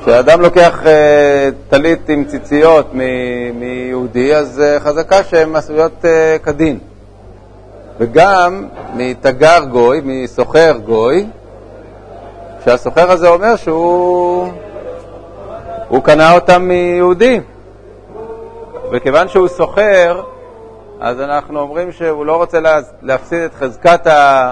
כשאדם לוקח טלית עם ציציות מיהודי, אז חזקה שהן עשויות כדין. וגם מתגר גוי, מסוחר גוי, שהסוחר הזה אומר שהוא קנה אותם מיהודי. וכיוון שהוא סוחר, אז אנחנו אומרים שהוא לא רוצה להפסיד את חזקת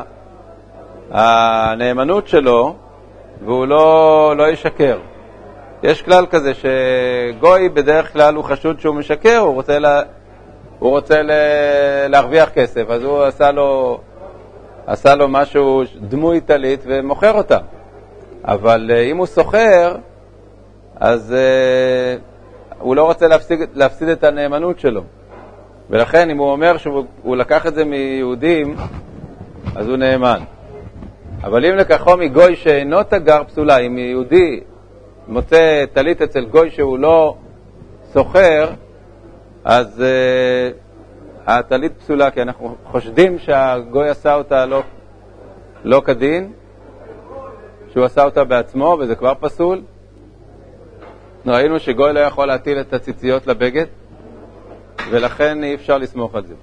הנאמנות שלו, והוא לא ישקר. יש כלל כזה שגוי בדרך כלל הוא חשוד שהוא משקר, הוא רוצה להרוויח כסף, אז הוא עשה לו משהו דמוי טלית ומוכר אותה. אבל אם הוא סוחר, אז הוא לא רוצה להפסיד את הנאמנות שלו. ולכן אם הוא אומר שהוא לקח את זה מיהודים, אז הוא נאמן. אבל אם לקחו מגוי שאינו תגר פסולה, אם יהודי מוצא טלית אצל גוי שהוא לא סוחר, אז הטלית פסולה, כי אנחנו חושדים שהגוי עשה אותה לא כדין, שהוא עשה אותה בעצמו, וזה כבר פסול. ראינו שגוי לא יכול להטיל את הציציות לבגד, ולכן אי אפשר לסמוך על זה.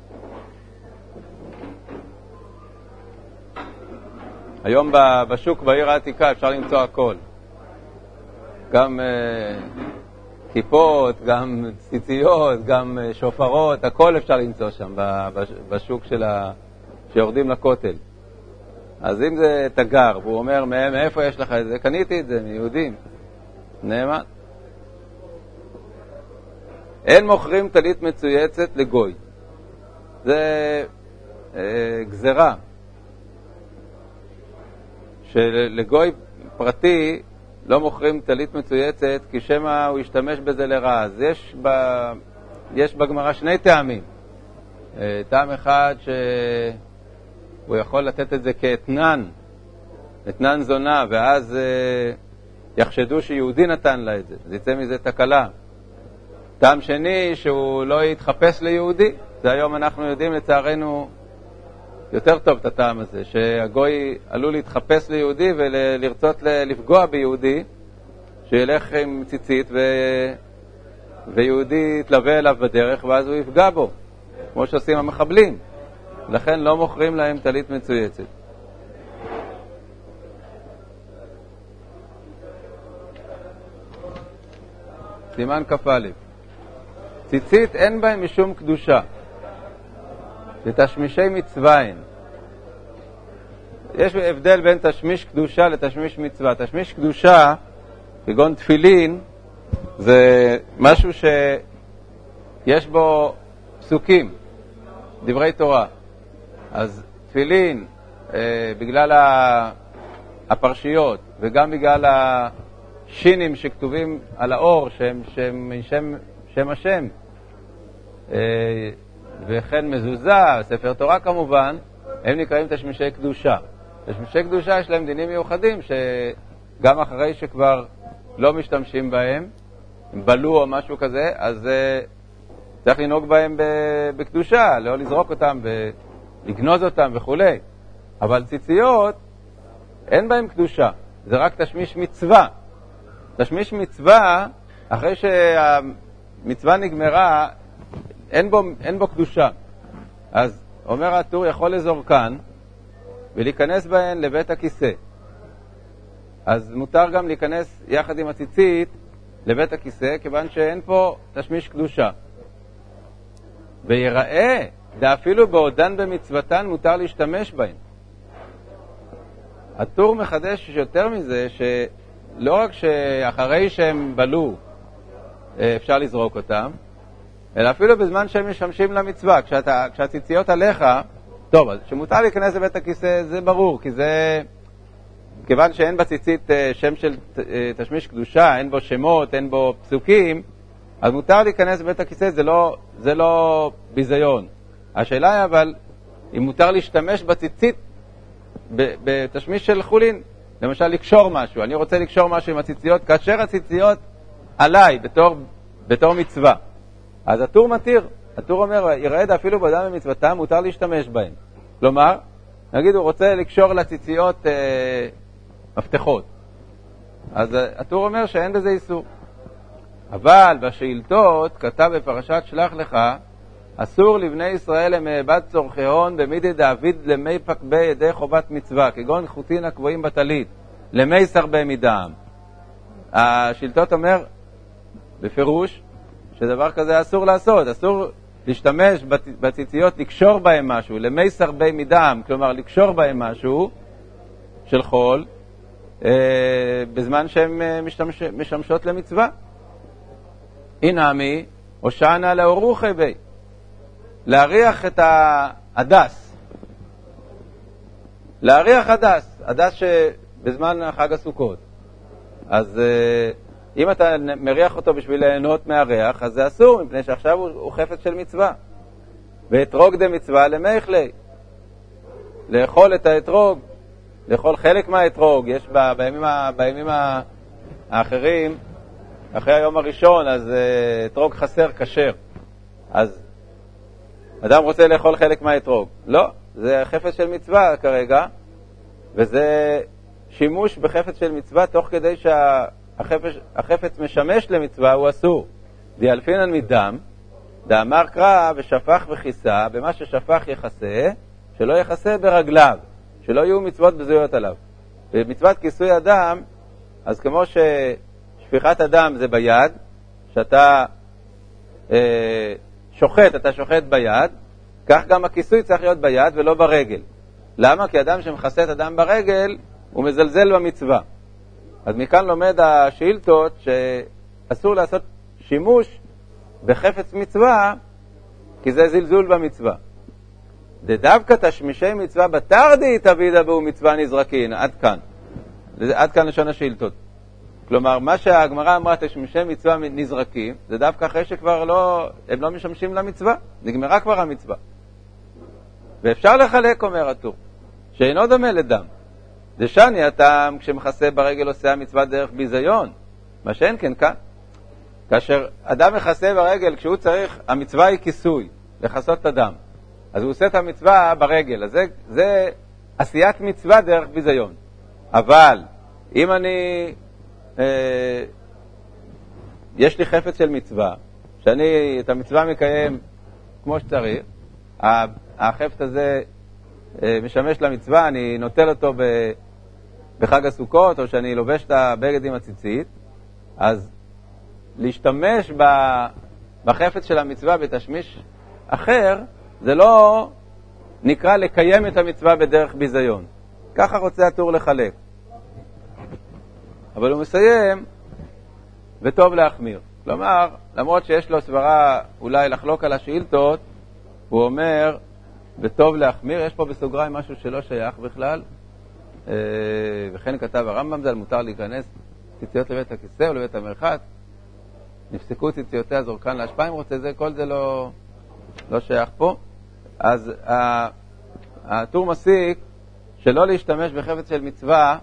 היום בשוק בעיר העתיקה אפשר למצוא הכל. גם כיפות, גם ציציות, גם שופרות, הכל אפשר למצוא שם בשוק שיורדים לכותל. אז אם זה תגר, והוא אומר, מאיפה יש לך את זה? קניתי את זה מיהודים. נאמן. אין מוכרים טלית מצויצת לגוי. זה גזרה. שלגוי פרטי לא מוכרים טלית מצויצת, כי שמה הוא ישתמש בזה לרעה. אז יש בגמרא שני טעמים. טעם אחד שהוא יכול לתת את זה כאתנן, אתנן זונה, ואז יחשדו שיהודי נתן לה את זה. זה יצא מזה תקלה. טעם שני, שהוא לא יתחפש ליהודי. זה היום אנחנו יודעים לצערנו יותר טוב את הטעם הזה, שהגוי עלול להתחפש ליהודי ולרצות לפגוע ביהודי, שילך עם ציצית ויהודי יתלווה אליו בדרך, ואז הוא יפגע בו, כמו שעושים המחבלים. לכן לא מוכרים להם טלית מצויצת. סימן כ"א. ציצית אין בהם משום קדושה, לתשמישי מצווה אין. יש הבדל בין תשמיש קדושה לתשמיש מצווה. תשמיש קדושה, כגון תפילין, זה משהו שיש בו פסוקים, דברי תורה. אז תפילין, בגלל הפרשיות, וגם בגלל השינים שכתובים על האור, שהם שם השם, וכן מזוזה, ספר תורה כמובן, הם נקראים תשמישי קדושה. תשמישי קדושה יש להם דינים מיוחדים, שגם אחרי שכבר לא משתמשים בהם, הם בלו או משהו כזה, אז צריך לנהוג בהם בקדושה, לא לזרוק אותם ולגנוז אותם וכו'. אבל ציציות, אין בהם קדושה, זה רק תשמיש מצווה. תשמיש מצווה, אחרי שהמצווה נגמרה, אין בו קדושה. אז אומר הטור, יכול לזורקן ולהיכנס בהן לבית הכיסא. אז מותר גם להיכנס יחד עם הציצית לבית הכיסא, כיוון שאין פה תשמיש קדושה. ויראה, ואפילו בעודן במצוותן מותר להשתמש בהן. הטור מחדש יותר מזה, שלא רק שאחרי שהם בלו אפשר לזרוק אותם, אלא אפילו בזמן שהם משמשים למצווה. כשהציציות עליך, טוב, אז שמותר להיכנס לבית הכיסא זה ברור, כי זה, כיוון שאין בציצית שם של תשמיש קדושה, אין בו שמות, אין בו פסוקים, אז מותר להיכנס לבית הכיסא, זה לא ביזיון. השאלה היא אבל, אם מותר להשתמש בציצית בתשמיש של חולין, למשל לקשור משהו, אני רוצה לקשור משהו עם הציציות, כאשר הציציות עליי בתור מצווה. אז הטור מתיר, הטור אומר, יראה אפילו באדם במצוותם, מותר להשתמש בהם. כלומר, נגיד הוא רוצה לקשור לציציות מפתחות. אז הטור אומר שאין בזה איסור. אבל בשאילתות כתב בפרשת שלח לך, אסור לבני ישראל למעבד צורכי הון במידי דאביד למי פקבי ידי חובת מצווה, כגון חוטין הקבועים בטלית, למי סרבי מדם. השאילתות אומר בפירוש שדבר כזה אסור לעשות, אסור להשתמש בציציות, לקשור בהם משהו, למי סרבי מדם, כלומר לקשור בהם משהו של חול, בזמן שהן משמשות למצווה. אינמי, הושענא לאורוחי בי, להריח את ההדס. להריח הדס, הדס שבזמן חג הסוכות. אז אם אתה מריח אותו בשביל ליהנות מהריח, אז זה אסור, מפני שעכשיו הוא חפץ של מצווה. ואתרוג דה מצווה למחלי. לאכול את האתרוג, לאכול חלק מהאתרוג. יש בימים האחרים, אחרי היום הראשון, אז אתרוג חסר כשר. אז אדם רוצה לאכול חלק מהאתרוג. לא, זה חפץ של מצווה כרגע, וזה שימוש בחפץ של מצווה תוך כדי שהחפץ משמש למצווה, הוא אסור. דיאלפינן מדם, דאמר קרא ושפך וכיסה, במה ששפך יחסה, שלא יחסה ברגליו, שלא יהיו מצוות בזויות עליו. במצוות כיסוי אדם, אז כמו ששפיכת אדם זה ביד, שאתה שוחט, אתה שוחט ביד, כך גם הכיסוי צריך להיות ביד ולא ברגל. למה? כי אדם שמחסה את אדם ברגל, הוא מזלזל במצווה. אז מכאן לומד השאילתות שאסור לעשות שימוש בחפץ מצווה, כי זה זלזול במצווה. דווקא תשמישי מצווה בתרדי תבידה בו מצווה נזרקין. עד כאן לשון השאילתות. כלומר, מה שהגמרא אמרה תשמישי מצווה נזרקים, זה דווקא אחרי שכבר הם לא משמשים למצווה. נגמרה כבר המצווה. ואפשר לחלק, אומר הטור, שאינו דומה לדם. דשני הטעם כשמחסה ברגל עושה המצווה דרך ביזיון. מה שאין כן כאן. כאשר אדם מחסה ברגל, כשהוא צריך, המצווה היא כיסוי, לחסות את הדם. אז הוא עושה את המצווה ברגל. אז זה עשיית מצווה דרך ביזיון. אבל אם יש לי חפץ של מצווה, שאני את המצווה מקיים כמו שצריך, החפץ הזה משמש למצווה, אני נוטל אותו בחג הסוכות, או שאני לובש את הבגד עם הציצית, אז להשתמש בחפץ של המצווה בתשמיש אחר, זה לא נקרא לקיים את המצווה בדרך ביזיון. ככה רוצה הטור לחלק. אבל הוא מסיים, וטוב להחמיר. כלומר, למרות שיש לו סברה אולי לחלוק על השאילתות, הוא אומר, וטוב להחמיר, יש פה בסוגריים משהו שלא שייך בכלל, וכן כתב הרמב"ם, זה מותר להיכנס ציציות לבית הכיסא או לבית המרחץ, נפסקו ציציותיה זורקן להשפעה, אם רוצה זה, כל זה לא שייך פה. אז הטור מסיק שלא להשתמש בחפץ של מצווה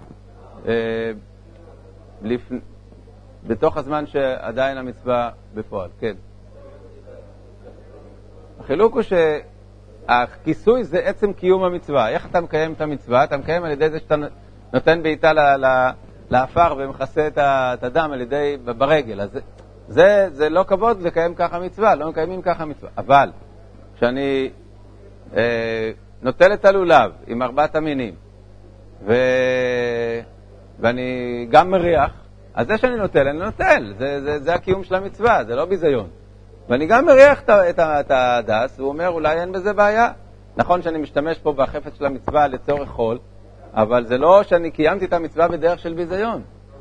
בתוך הזמן שעדיין המצווה בפועל. כן. החילוק הוא שהכיסוי זה עצם קיום המצווה. איך אתה מקיים את המצווה? אתה מקיים על ידי זה שאתה נותן בעיטה לאפר ומכסה את הדם על ידי ברגל. אז זה לא כבוד לקיים ככה מצווה, לא מקיימים ככה מצווה. אבל כשאני נוטל את הלולב עם 4 המינים ואני גם מריח, אז זה שאני נוטל, אני נוטל. זה הקיום של המצווה, זה לא ביזיון. ואני גם מריח את הדס, והוא אומר, אולי אין בזה בעיה. נכון שאני משתמש פה בחפץ של המצווה לצורך חול, אבל זה לא שאני קיימתי את המצווה בדרך של ביזיון.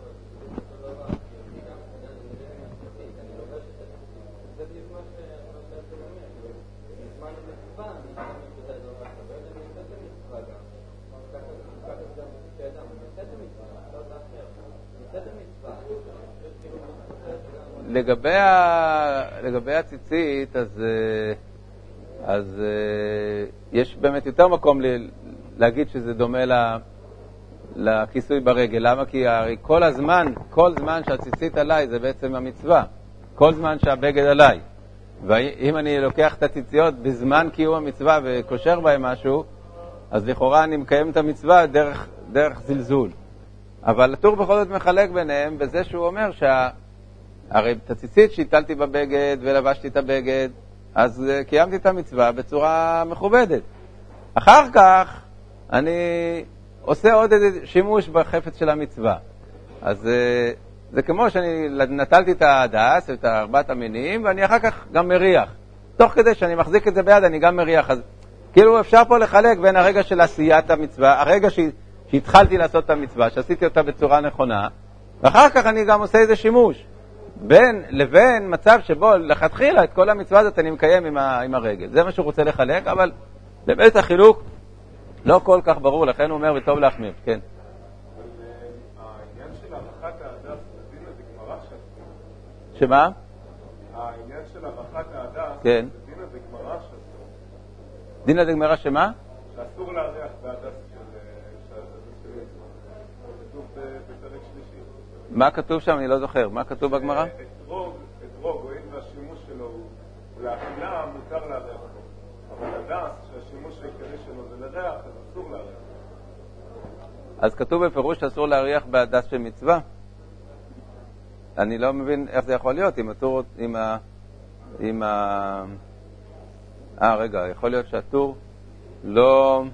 לגבי הציצית, אז יש באמת יותר מקום להגיד שזה דומה לכיסוי ברגל. למה? כי הרי כל זמן שהציצית עליי זה בעצם המצווה. כל זמן שהבגד עליי. ואם אני לוקח את הציציות בזמן קיום המצווה וקושר בהם משהו, אז לכאורה אני מקיים את המצווה דרך זלזול. אבל הטור בכל זאת מחלק ביניהם בזה שהוא אומר הרי את הציצית שהטלתי בבגד ולבשתי את הבגד, אז קיימתי את המצווה בצורה מכובדת. אחר כך אני עושה עוד איזה שימוש בחפץ של המצווה. אז זה כמו שאני נטלתי את ההדס, את 4 המינים, ואני אחר כך גם מריח. תוך כדי שאני מחזיק את זה ביד, אני גם מריח. אז כאילו אפשר פה לחלק בין הרגע של עשיית המצווה, הרגע שהתחלתי לעשות את המצווה, שעשיתי אותה בצורה נכונה, ואחר כך אני גם עושה איזה שימוש. בין לבין מצב שבו לכתחילה את כל המצווה הזאת אני מקיים עם הרגל. זה מה שהוא רוצה לחלק, אבל באמת החילוק לא כל כך ברור, לכן הוא אומר וטוב להחמיר. כן. העניין של ערכת ההדס, דין הזה גמרא שעשו. שמה? העניין של ערכת ההדס, כן. דין הזה גמרא שעשו. דין הזה גמרא שמה? שאסור להריח בהדס כתוב בפרק שלישי. מה כתוב שם? אני לא זוכר. מה כתוב בגמרא? אתרוג, הואיל והשימוש שלו הוא לאכילה, מותר להריח בו. אבל הדס, שהשימוש העיקרי שלו זה לריח, אז אסור להריח. אז כתוב בפירוש שאסור להריח בהדס של מצווה. אני לא מבין איך זה יכול להיות, רגע, יכול להיות שהטור לא...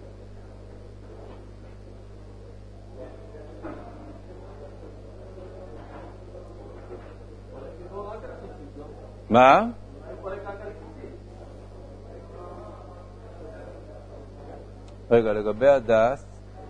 מה? רגע, לגבי הדס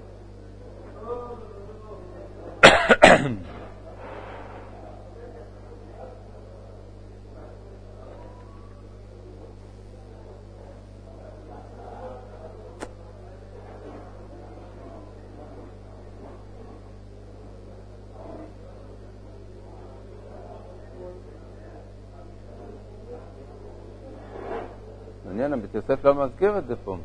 מעניין, בית יוסף לא מזכיר את זה פה.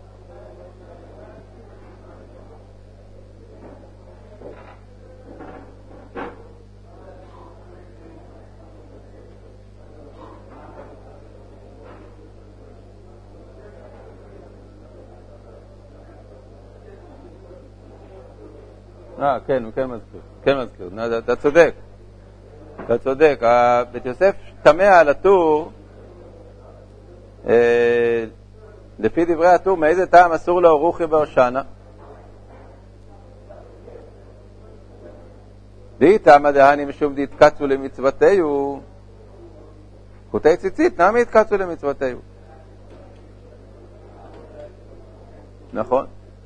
כן, הוא כן מזכיר. אתה צודק. בית יוסף תמה על הטור, לפי דברי הטור, מאיזה טעם אסור לו רוחי בהושענא? די טעם דהני משום דהתקצו למצוותיו, חוטי ציצית, נמי התקצו למצוותיו. נכון?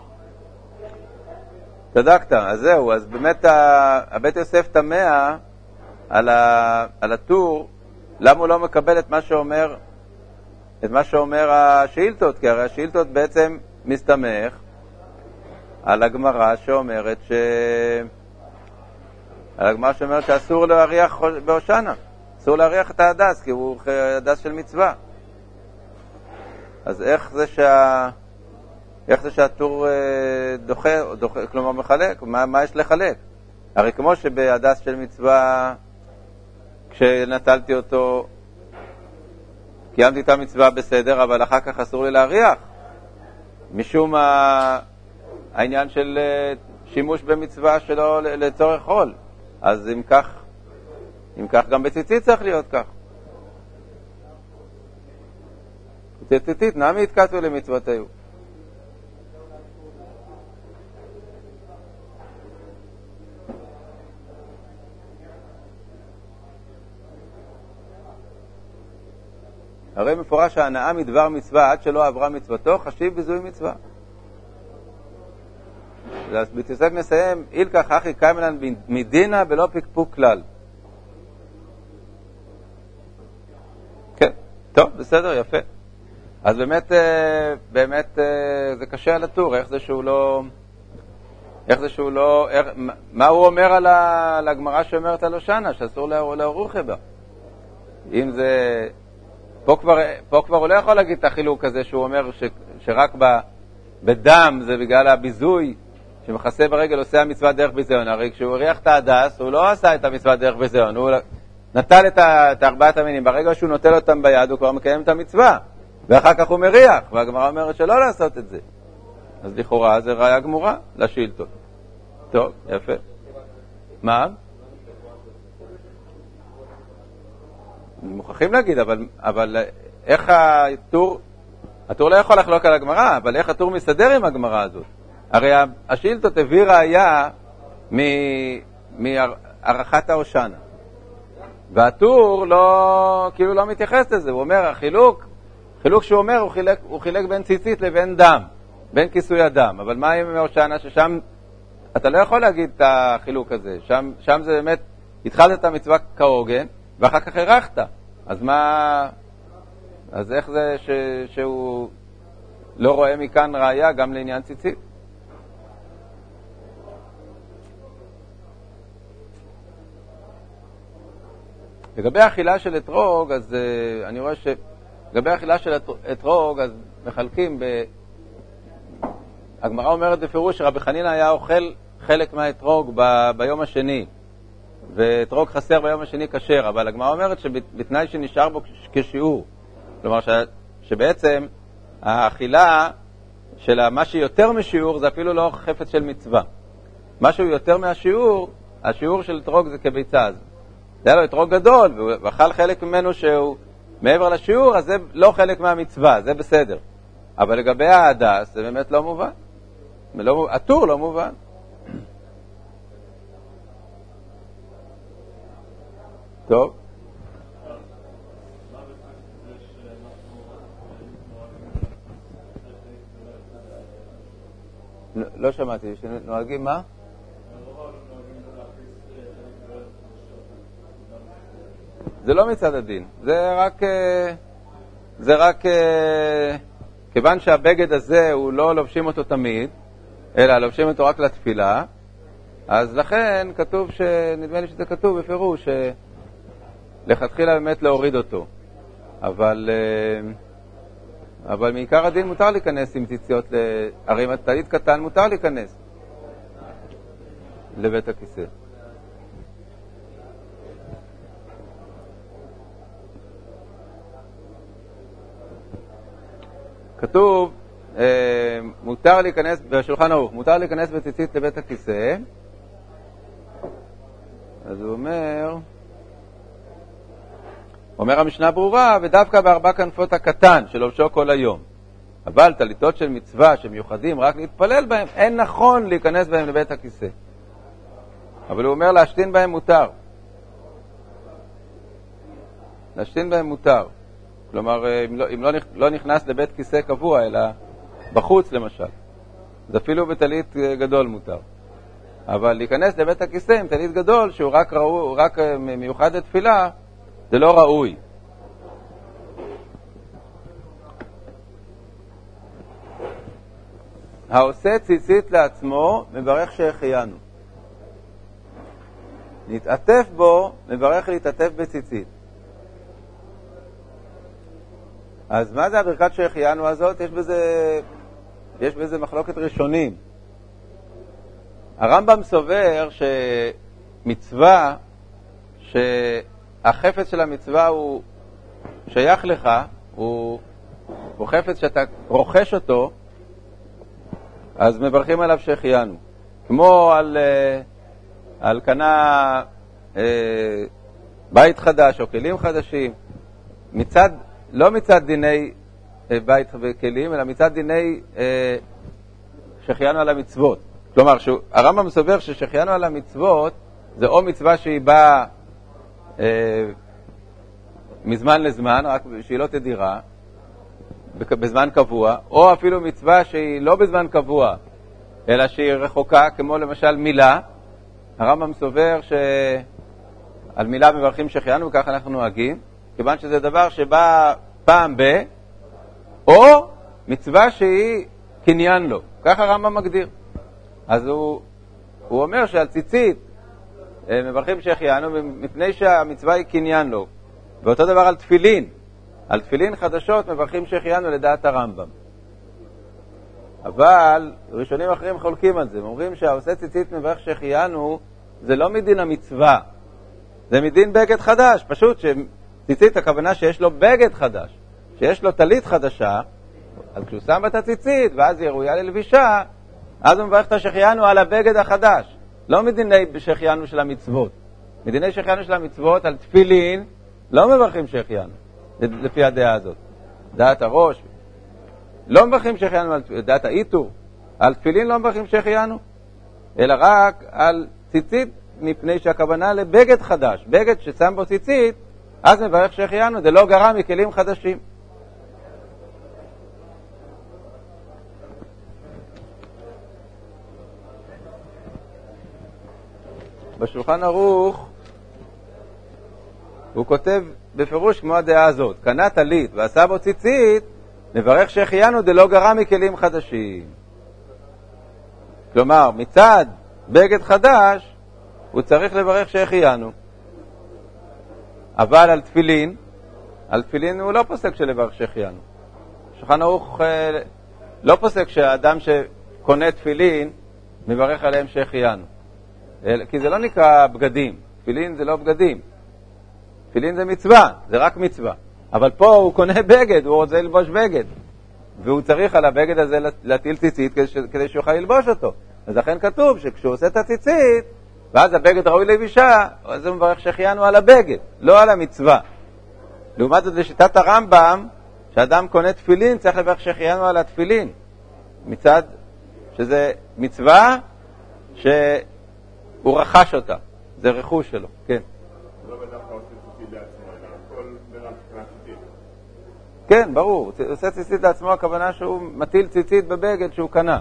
צדקת, אז זהו, אז באמת הבית יוסף תמה על הטור, למה הוא לא מקבל את מה שאומר השאילתות, כי הרי השאילתות בעצם מסתמך על הגמרא שאומרת שאסור להריח בהושענא, אסור להריח את ההדס, כי הוא הדס של מצווה. אז איך זה שהטור דוחה, כלומר מחלק? מה יש לחלק? הרי כמו שבהדס של מצווה, כשנטלתי אותו, קיימתי את המצווה בסדר, אבל אחר כך אסור לי להריח. משום העניין של שימוש במצווה שלו לצורך חול. אז אם כך גם בציצית צריך להיות כך. ציצית, נמי התקצו למצוותיו. הרי מפורש ההנאה מדבר מצווה עד שלא עברה מצוותו, חשיב בזוי מצווה. אז בית יוסף מסיים, אילקח אחי קיימלן מדינה בלא פקפוק כלל. כן, טוב, בסדר, יפה. אז באמת זה קשה על הטור, איך זה שהוא לא, מה הוא אומר על הגמרא שאומרת על הושענא, שאסור להרוחי בה? אם זה... פה כבר הוא לא יכול להגיד את החילוק הזה שהוא אומר שרק בדם זה בגלל הביזוי שמכסה ברגל עושה המצווה דרך ביזיון. הרי כשהוא הריח את ההדס הוא לא עשה את המצווה דרך ביזיון, הוא נטל את 4 המינים, ברגע שהוא נוטל אותם ביד הוא כבר מקיים את המצווה ואחר כך הוא מריח, והגמרא אומרת שלא לעשות את זה. אז לכאורה זה ראיה גמורה לשאילתות. טוב, יפה. מה? מוכרחים להגיד, אבל איך הטור לא יכול לחלוק על הגמרא, אבל איך הטור מסתדר עם הגמרא הזאת? הרי השאילתות הביא ראיה מערכת ההושענא. והטור כאילו לא מתייחס לזה, הוא אומר, החילוק שהוא אומר, הוא חילק בין ציצית לבין דם, בין כיסוי הדם. אבל מה עם ההושענא ששם, אתה לא יכול להגיד את החילוק הזה, שם זה באמת, התחלת את המצווה כהוגן, ואחר כך הרחת. אז איך זה שהוא לא רואה מכאן ראיה גם לעניין ציצית? לגבי האכילה של אתרוג, אז אני רואה לגבי האכילה של אתרוג, אז מחלקים הגמרא אומרת בפירוש שרבי חנינא היה אוכל חלק מהאתרוג ביום השני, ואתרוג חסר ביום השני כשר, אבל הגמרא אומרת שבתנאי שנשאר בו כשיעור. כלומר שבעצם האכילה של מה שיותר משיעור זה אפילו לא חפץ של מצווה. משהו יותר מהשיעור, השיעור של אתרוג זה כביצה. זה היה לו אתרוג גדול, ואכל חלק ממנו שהוא מעבר לשיעור, אז זה לא חלק מהמצווה, זה בסדר. אבל לגבי ההדס, זה באמת לא מובן. הטור לא מובן. טוב. לא שמעתי, שנוהגים מה? זה לא מצד הדין, זה רק כיוון שהבגד הזה הוא לא לובשים אותו תמיד, אלא לובשים אותו רק לתפילה, אז לכן כתוב, נדמה לי שזה כתוב בפירוש, לכתחילה באמת להוריד אותו. אבל מעיקר הדין מותר להיכנס עם ציציות, הרי אם טלית קטן מותר להיכנס לבית הכיסא. כתוב, מותר להיכנס, בשולחן ערוך, מותר להיכנס בציצית לבית הכיסא. אז הוא אומר המשנה ברורה, ודווקא בארבע כנפות הקטן שלובשו כל היום. אבל טליתות של מצווה שמיוחדים רק להתפלל בהם, אין נכון להיכנס בהם לבית הכיסא. אבל הוא אומר להשתין בהם מותר. להשתין בהם מותר. כלומר, אם לא נכנס לבית כיסא קבוע, אלא בחוץ למשל. זה אפילו בטלית גדול מותר. אבל להיכנס לבית הכיסא עם טלית גדול, שהוא רק מיוחד לתפילה, זה לא ראוי. העושה ציצית לעצמו, מברך שהחיינו. נתעטף בו, מברך להתעטף בציצית. אז מה זה הברכת שהחיינו הזאת? יש בזה מחלוקת ראשונים. הרמב"ם סובר שמצווה, שהחפץ של המצווה הוא שייך לך, הוא חפץ שאתה רוכש אותו, אז מברכים עליו שהחיינו. כמו על קנה בית חדש או כלים חדשים, לא מצד דיני בית וכלים, אלא מצד דיני שהחיינו על המצוות. כלומר, הרמב"ם סובר ששחיינו על המצוות זה או מצווה שהיא באה מזמן לזמן, רק שהיא לא תדירה, בזמן קבוע, או אפילו מצווה שהיא לא בזמן קבוע, אלא שהיא רחוקה, כמו למשל מילה. הרמב"ם סובר שעל מילה מברכים שהחיינו, וכך אנחנו נוהגים, כיוון שזה דבר שבא פעם או מצווה שהיא קניין לו. כך הרמב"ם מגדיר. אז הוא אומר שעל ציצית מברכים שהחיינו מפני שהמצווה היא קניין לו. ואותו דבר על תפילין. על תפילין חדשות מברכים שהחיינו לדעת הרמב"ם. אבל ראשונים אחרים חולקים על זה. הם אומרים שהעושה ציצית מברך שהחיינו זה לא מדין המצווה. זה מדין בגד חדש. פשוט שציצית הכוונה שיש לו בגד חדש. שיש לו טלית חדשה. אז כשהוא שם את הציצית ואז היא ראויה ללבישה, אז הוא מברך את שהחיינו על הבגד החדש. לא מדיני שהחיינו של המצוות. מדיני שהחיינו של המצוות על תפילין לא מברכים שהחיינו, לפי הדעה הזאת. דעת הראש. לא מברכים שהחיינו על דעת האיתור. על תפילין לא מברכים שהחיינו, אלא רק על ציצית, מפני שהכוונה לבגד חדש. בגד ששם בו ציצית, אז מברך שהחיינו, זה לא גרע מכלים חדשים. בשולחן ערוך הוא כותב בפירוש כמו הדעה הזאת, קנה טלית ועשה בו ציצית, מברך שהחיינו, זה לא גרע מכלים חדשים. כלומר, מצד בגד חדש הוא צריך לברך שהחיינו. אבל על תפילין הוא לא פוסק של לברך שהחיינו. שולחן ערוך לא פוסק שהאדם שקונה תפילין מברך עליהם שהחיינו. כי זה לא נקרא בגדים. תפילין זה לא בגדים. תפילין זה מצווה, זה רק מצווה. אבל פה הוא קונה בגד, הוא רוצה ללבוש בגד. והוא צריך על הבגד הזה להטיל ציצית כדי שיוכל ללבוש אותו. אז לכן כתוב שכשהוא עושה את הציצית, ואז הבגד ראוי לבישה, אז הוא מברך שהחיינו על הבגד, לא על המצווה. לעומת זאת, לשיטת הרמב"ם, שאדם קונה תפילין, צריך לברך שהחיינו על התפילין. מצד שזה מצווה שהוא רכש אותה. זה רכוש שלו, כן. לא בדווקא עושה ציצית לעצמו, אלא כל בן אדם ציצית. כן, ברור. עושה ציצית לעצמו, הכוונה שהוא מטיל ציצית בבגד שהוא קנה.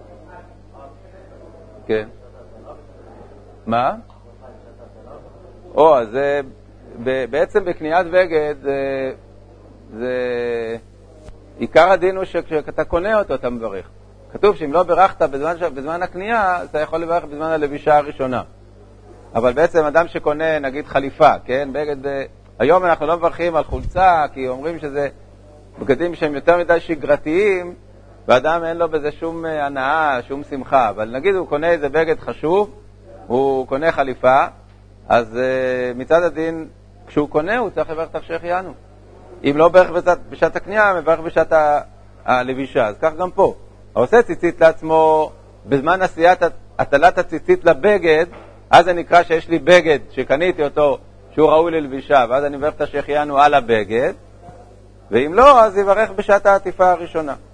כן. מה? אז בעצם בקניית בגד זה עיקר הדין הוא שכשאתה קונה אותו אתה מברך. כתוב שאם לא ברכת בזמן הקנייה, אתה יכול לברך בזמן הלבישה הראשונה. אבל בעצם אדם שקונה נגיד חליפה, כן? בגד, היום אנחנו לא מברכים על חולצה, כי אומרים שזה בגדים שהם יותר מדי שגרתיים, ואדם אין לו בזה שום הנאה, שום שמחה. אבל נגיד הוא קונה איזה בגד חשוב, הוא קונה חליפה, אז מצד הדין, כשהוא קונה, הוא צריך לברך שהחיינו. אם לא ברך בשעת הקנייה, מברך בשעת הלבישה. אז כך גם פה. העושה ציצית לעצמו, בזמן עשיית הטלת הציצית לבגד, אז זה נקרא שיש לי בגד שקניתי אותו, שהוא ראוי ללבישה, ואז אני מברך את שהחיינו על הבגד, ואם לא, אז יברך בשעת העטיפה הראשונה.